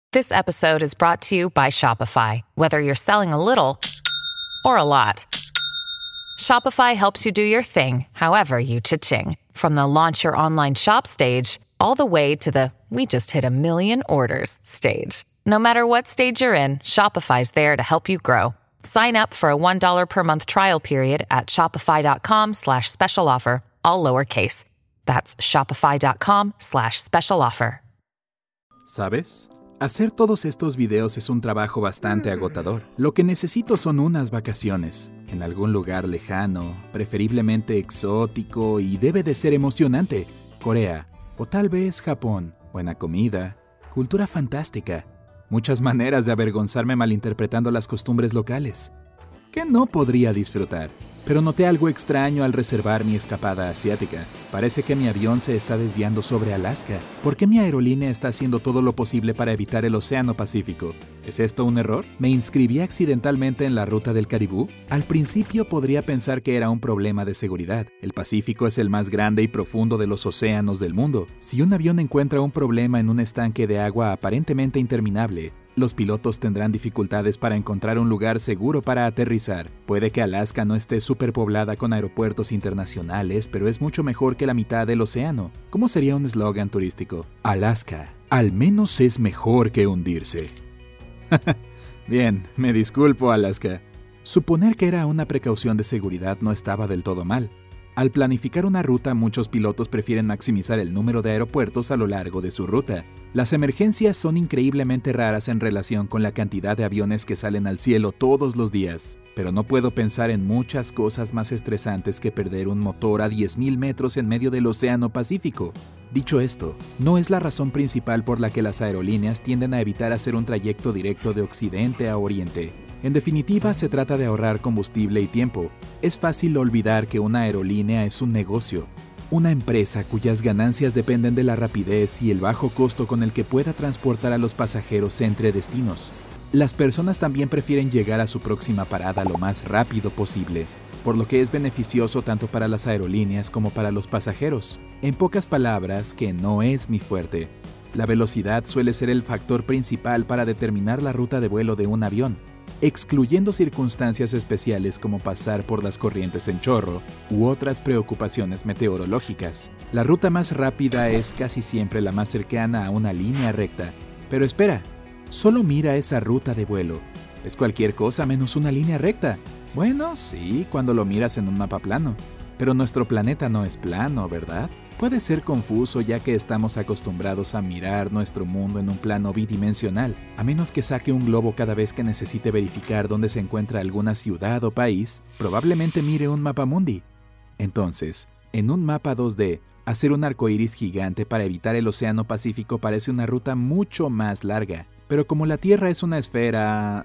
This episode is brought to you by Shopify. Whether you're selling a little or a lot, Shopify helps you do your thing, however you cha-ching. From the launch your online shop stage, all the way to the we just hit 1 million orders stage. No matter what stage you're in, Shopify's there to help you grow. Sign up for a $1 per month trial period at shopify.com/special offer, all lowercase. That's shopify.com/special offer. ¿Sabes? Hacer todos estos videos es un trabajo bastante agotador. Lo que necesito son unas vacaciones, en algún lugar lejano, preferiblemente exótico y debe de ser emocionante. Corea, o tal vez Japón. Buena comida, cultura fantástica, muchas maneras de avergonzarme malinterpretando las costumbres locales. ¿Qué no podría disfrutar? Pero noté algo extraño al reservar mi escapada asiática. Parece que mi avión se está desviando sobre Alaska. ¿Por qué mi aerolínea está haciendo todo lo posible para evitar el Océano Pacífico? ¿Es esto un error? ¿Me inscribí accidentalmente en la ruta del Caribú? Al principio podría pensar que era un problema de seguridad. El Pacífico es el más grande y profundo de los océanos del mundo. Si un avión encuentra un problema en un estanque de agua aparentemente interminable, los pilotos tendrán dificultades para encontrar un lugar seguro para aterrizar. Puede que Alaska no esté superpoblada con aeropuertos internacionales, pero es mucho mejor que la mitad del océano. ¿Cómo sería un eslogan turístico? Alaska, al menos es mejor que hundirse. Bien, me disculpo, Alaska. Suponer que era una precaución de seguridad no estaba del todo mal. Al planificar una ruta, muchos pilotos prefieren maximizar el número de aeropuertos a lo largo de su ruta. Las emergencias son increíblemente raras en relación con la cantidad de aviones que salen al cielo todos los días. Pero no puedo pensar en muchas cosas más estresantes que perder un motor a 10.000 metros en medio del Océano Pacífico. Dicho esto, no es la razón principal por la que las aerolíneas tienden a evitar hacer un trayecto directo de occidente a oriente. En definitiva, se trata de ahorrar combustible y tiempo. Es fácil olvidar que una aerolínea es un negocio, una empresa cuyas ganancias dependen de la rapidez y el bajo costo con el que pueda transportar a los pasajeros entre destinos. Las personas también prefieren llegar a su próxima parada lo más rápido posible, por lo que es beneficioso tanto para las aerolíneas como para los pasajeros. En pocas palabras, que no es mi fuerte. La velocidad suele ser el factor principal para determinar la ruta de vuelo de un avión, excluyendo circunstancias especiales como pasar por las corrientes en chorro u otras preocupaciones meteorológicas. La ruta más rápida es casi siempre la más cercana a una línea recta. Pero espera, solo mira esa ruta de vuelo. Es cualquier cosa menos una línea recta. Bueno, sí, cuando lo miras en un mapa plano. Pero nuestro planeta no es plano, ¿verdad? Puede ser confuso ya que estamos acostumbrados a mirar nuestro mundo en un plano bidimensional, a menos que saque un globo cada vez que necesite verificar dónde se encuentra alguna ciudad o país, probablemente mire un mapamundi. Entonces, en un mapa 2D, hacer un arcoíris gigante para evitar el Océano Pacífico parece una ruta mucho más larga. Pero como la Tierra es una esfera,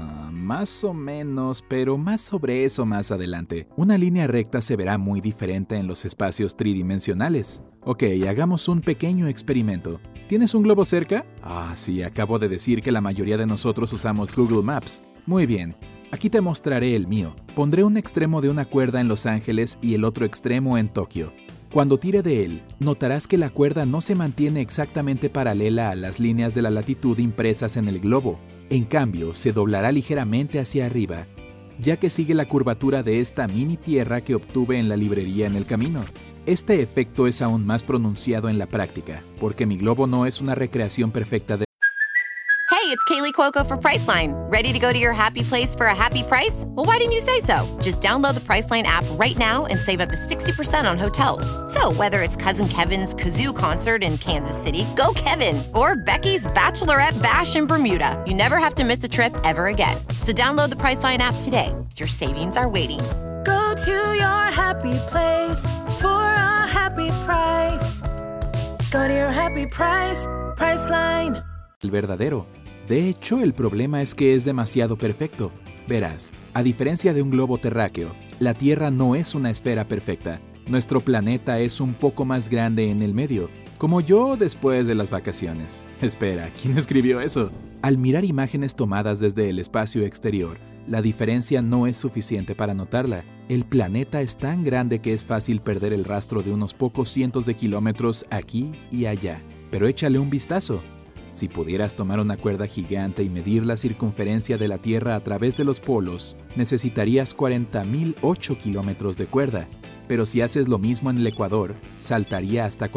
más o menos, pero más sobre eso más adelante, una línea recta se verá muy diferente en los espacios tridimensionales. Ok, hagamos un pequeño experimento. ¿Tienes un globo cerca? Sí, acabo de decir que la mayoría de nosotros usamos Google Maps. Muy bien, aquí te mostraré el mío. Pondré un extremo de una cuerda en Los Ángeles y el otro extremo en Tokio. Cuando tire de él, notarás que la cuerda no se mantiene exactamente paralela a las líneas de la latitud impresas en el globo. En cambio, se doblará ligeramente hacia arriba, ya que sigue la curvatura de esta mini tierra que obtuve en la librería en el camino. Este efecto es aún más pronunciado en la práctica, porque mi globo no es una recreación perfecta de... Hey, it's Kaylee Cuoco for Priceline. Ready to go to your happy place for a happy price? Well, why didn't you say so? Just download the Priceline app right now and save up to 60% on hotels. So whether it's Cousin Kevin's Kazoo Concert in Kansas City, go Kevin, or Becky's Bachelorette Bash in Bermuda, you never have to miss a trip ever again. So download the Priceline app today. Your savings are waiting. Go to your happy place for a happy price. Go to your happy price, Priceline. El verdadero. De hecho, el problema es que es demasiado perfecto. Verás, a diferencia de un globo terráqueo, la Tierra no es una esfera perfecta. Nuestro planeta es un poco más grande en el medio, como yo después de las vacaciones. Espera, ¿quién escribió eso? Al mirar imágenes tomadas desde el espacio exterior, la diferencia no es suficiente para notarla. El planeta es tan grande que es fácil perder el rastro de unos pocos cientos de kilómetros aquí y allá. Pero échale un vistazo. Si pudieras tomar una cuerda gigante y medir la circunferencia de la Tierra a través de los polos, necesitarías 40.008 kilómetros de cuerda. Pero si haces lo mismo en el Ecuador, saltaría hasta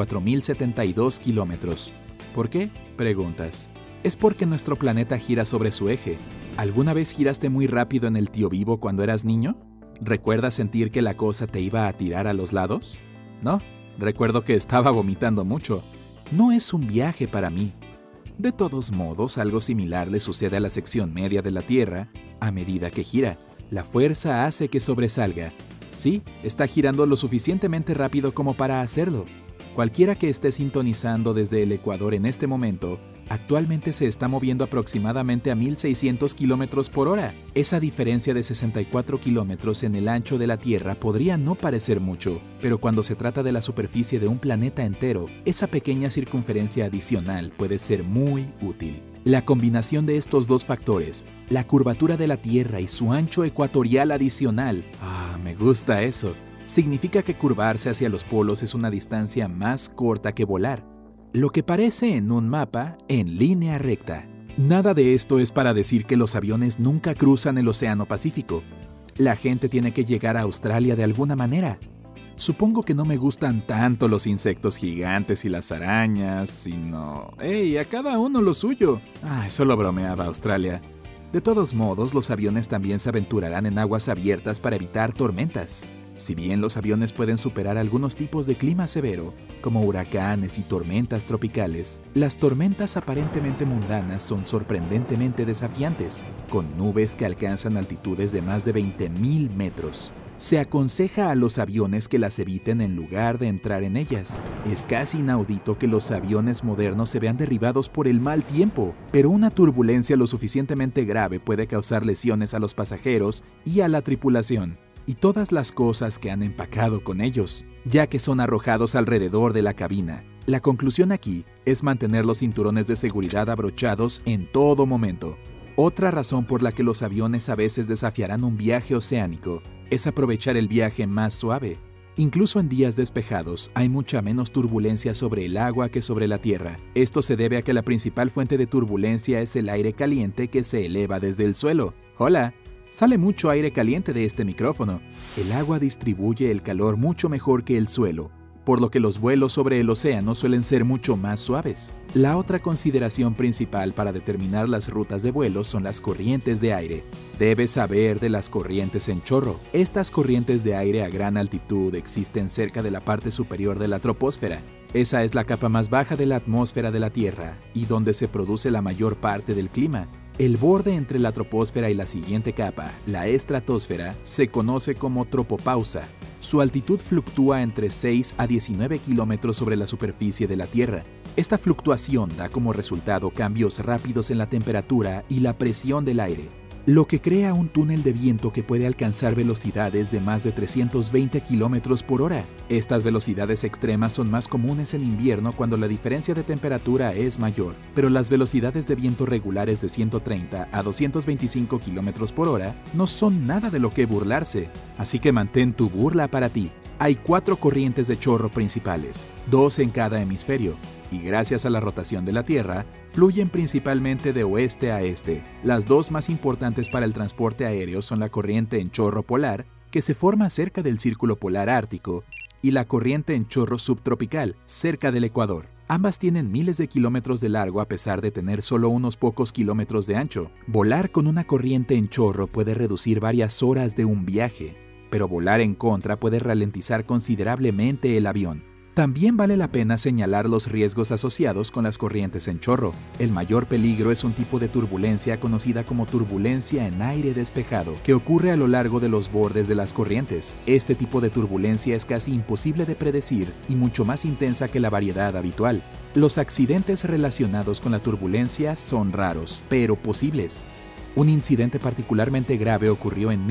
4.072 kilómetros. ¿Por qué? Preguntas. Es porque nuestro planeta gira sobre su eje. ¿Alguna vez giraste muy rápido en el Tío Vivo cuando eras niño? ¿Recuerdas sentir que la cosa te iba a tirar a los lados? No, recuerdo que estaba vomitando mucho. No es un viaje para mí. De todos modos, algo similar le sucede a la sección media de la Tierra a medida que gira. La fuerza hace que sobresalga. Sí, está girando lo suficientemente rápido como para hacerlo. Cualquiera que esté sintonizando desde el Ecuador en este momento, actualmente se está moviendo aproximadamente a 1.600 kilómetros por hora. Esa diferencia de 64 kilómetros en el ancho de la Tierra podría no parecer mucho, pero cuando se trata de la superficie de un planeta entero, esa pequeña circunferencia adicional puede ser muy útil. La combinación de estos dos factores, la curvatura de la Tierra y su ancho ecuatorial adicional, me gusta eso, significa que curvarse hacia los polos es una distancia más corta que volar. Lo que parece en un mapa en línea recta. Nada de esto es para decir que los aviones nunca cruzan el Océano Pacífico. La gente tiene que llegar a Australia de alguna manera. Supongo que no me gustan tanto los insectos gigantes y las arañas, sino... ¡Ey, a cada uno lo suyo! Solo bromeaba Australia. De todos modos, los aviones también se aventurarán en aguas abiertas para evitar tormentas. Si bien los aviones pueden superar algunos tipos de clima severo, como huracanes y tormentas tropicales, las tormentas aparentemente mundanas son sorprendentemente desafiantes, con nubes que alcanzan altitudes de más de 20.000 metros. Se aconseja a los aviones que las eviten en lugar de entrar en ellas. Es casi inaudito que los aviones modernos se vean derribados por el mal tiempo, pero una turbulencia lo suficientemente grave puede causar lesiones a los pasajeros y a la tripulación, y todas las cosas que han empacado con ellos, ya que son arrojados alrededor de la cabina. La conclusión aquí es mantener los cinturones de seguridad abrochados en todo momento. Otra razón por la que los aviones a veces desafiarán un viaje oceánico es aprovechar el viaje más suave. Incluso en días despejados hay mucha menos turbulencia sobre el agua que sobre la tierra. Esto se debe a que la principal fuente de turbulencia es el aire caliente que se eleva desde el suelo. ¡Hola! Sale mucho aire caliente de este micrófono. El agua distribuye el calor mucho mejor que el suelo, por lo que los vuelos sobre el océano suelen ser mucho más suaves. La otra consideración principal para determinar las rutas de vuelo son las corrientes de aire. Debes saber de las corrientes en chorro. Estas corrientes de aire a gran altitud existen cerca de la parte superior de la troposfera. Esa es la capa más baja de la atmósfera de la Tierra y donde se produce la mayor parte del clima. El borde entre la troposfera y la siguiente capa, la estratosfera, se conoce como tropopausa. Su altitud fluctúa entre 6 a 19 kilómetros sobre la superficie de la Tierra. Esta fluctuación da como resultado cambios rápidos en la temperatura y la presión del aire, lo que crea un túnel de viento que puede alcanzar velocidades de más de 320 kilómetros por hora. Estas velocidades extremas son más comunes en invierno cuando la diferencia de temperatura es mayor, pero las velocidades de viento regulares de 130 a 225 kilómetros por hora no son nada de lo que burlarse, así que mantén tu burla para ti. Hay 4 corrientes de chorro principales, 2 en cada hemisferio, y gracias a la rotación de la Tierra, fluyen principalmente de oeste a este. Las 2 más importantes para el transporte aéreo son la corriente en chorro polar, que se forma cerca del Círculo Polar Ártico, y la corriente en chorro subtropical, cerca del Ecuador. Ambas tienen miles de kilómetros de largo a pesar de tener solo unos pocos kilómetros de ancho. Volar con una corriente en chorro puede reducir varias horas de un viaje, pero volar en contra puede ralentizar considerablemente el avión. También vale la pena señalar los riesgos asociados con las corrientes en chorro. El mayor peligro es un tipo de turbulencia conocida como turbulencia en aire despejado, que ocurre a lo largo de los bordes de las corrientes. Este tipo de turbulencia es casi imposible de predecir y mucho más intensa que la variedad habitual. Los accidentes relacionados con la turbulencia son raros, pero posibles. Un incidente particularmente grave ocurrió en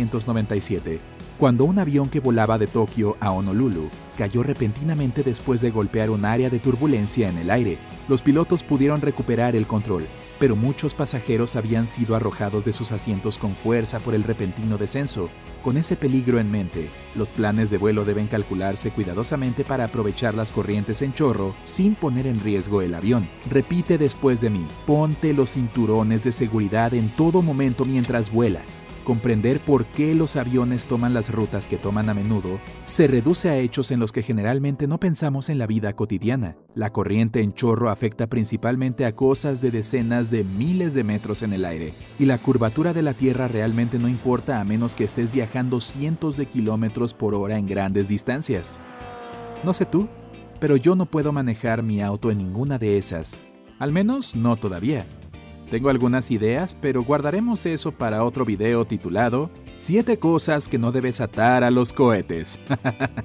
1997, cuando un avión que volaba de Tokio a Honolulu cayó repentinamente después de golpear un área de turbulencia en el aire. Los pilotos pudieron recuperar el control, pero muchos pasajeros habían sido arrojados de sus asientos con fuerza por el repentino descenso. Con ese peligro en mente, los planes de vuelo deben calcularse cuidadosamente para aprovechar las corrientes en chorro sin poner en riesgo el avión. Repite después de mí: ponte los cinturones de seguridad en todo momento mientras vuelas. Comprender por qué los aviones toman las rutas que toman a menudo se reduce a hechos en los que generalmente no pensamos en la vida cotidiana. La corriente en chorro afecta principalmente a cosas de decenas de miles de metros en el aire, y la curvatura de la Tierra realmente no importa a menos que estés viajando cientos de kilómetros por hora en grandes distancias. No sé tú, pero yo no puedo manejar mi auto en ninguna de esas. Al menos no todavía. Tengo algunas ideas, pero guardaremos eso para otro video titulado 7 cosas que no debes atar a los cohetes.